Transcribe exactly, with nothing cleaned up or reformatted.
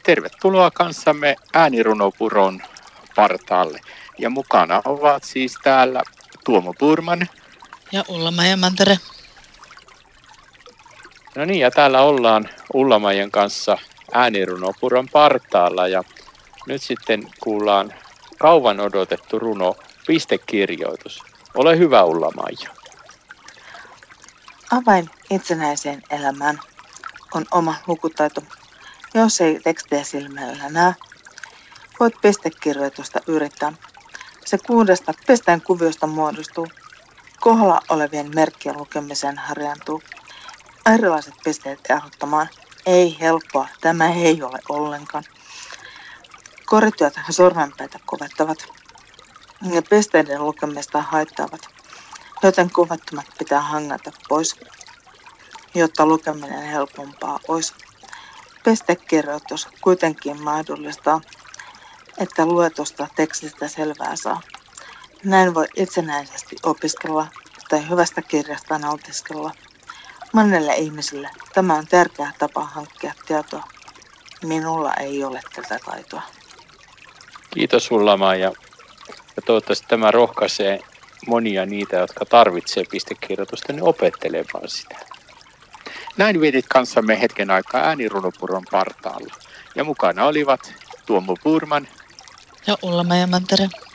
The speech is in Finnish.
Tervetuloa kanssamme äänirunopuron partaalle. Ja mukana ovat siis täällä Tuomo Purman. Ja Ulla-Maija Mantere. No niin, ja täällä ollaan Ulla-Maijan kanssa äänirunopuron partaalla. Ja nyt sitten kuullaan kauan odotettu runo, pistekirjoitus. Ole hyvä, Ulla-Maija. Avain itsenäiseen elämään on oma lukutaito. Jos ei tekstiä silmällä näe, voit pistekirjoitusta yrittää. Se kuudesta pisteen kuviosta muodostuu. Kohdalla olevien merkkien lukemiseen harjaantuu. Erilaiset pisteet erottamaan. Ei helppoa, tämä ei ole ollenkaan. Korityöt sormenpäitä kovettavat ja pisteiden lukemista haittaavat, joten kuvattomat pitää hangata pois, jotta lukeminen helpompaa olisi. Pistekirjoitus kuitenkin mahdollistaa, että luetusta tekstistä selvää saa. Näin voi itsenäisesti opiskella tai hyvästä kirjasta nautiskella. Monelle ihmiselle tämä on tärkeä tapa hankkia tietoa. Minulla ei ole tätä taitoa. Kiitos Ulla-Maija. Ja toivottavasti tämä rohkaisee monia niitä, jotka tarvitsee pistekirjoitusta, niin opettelemaan sitä. Näin vietit kanssamme hetken aikaa äänirunopuron partaalla. Ja mukana olivat Tuomo Purman ja Ulla-Maija Mantere.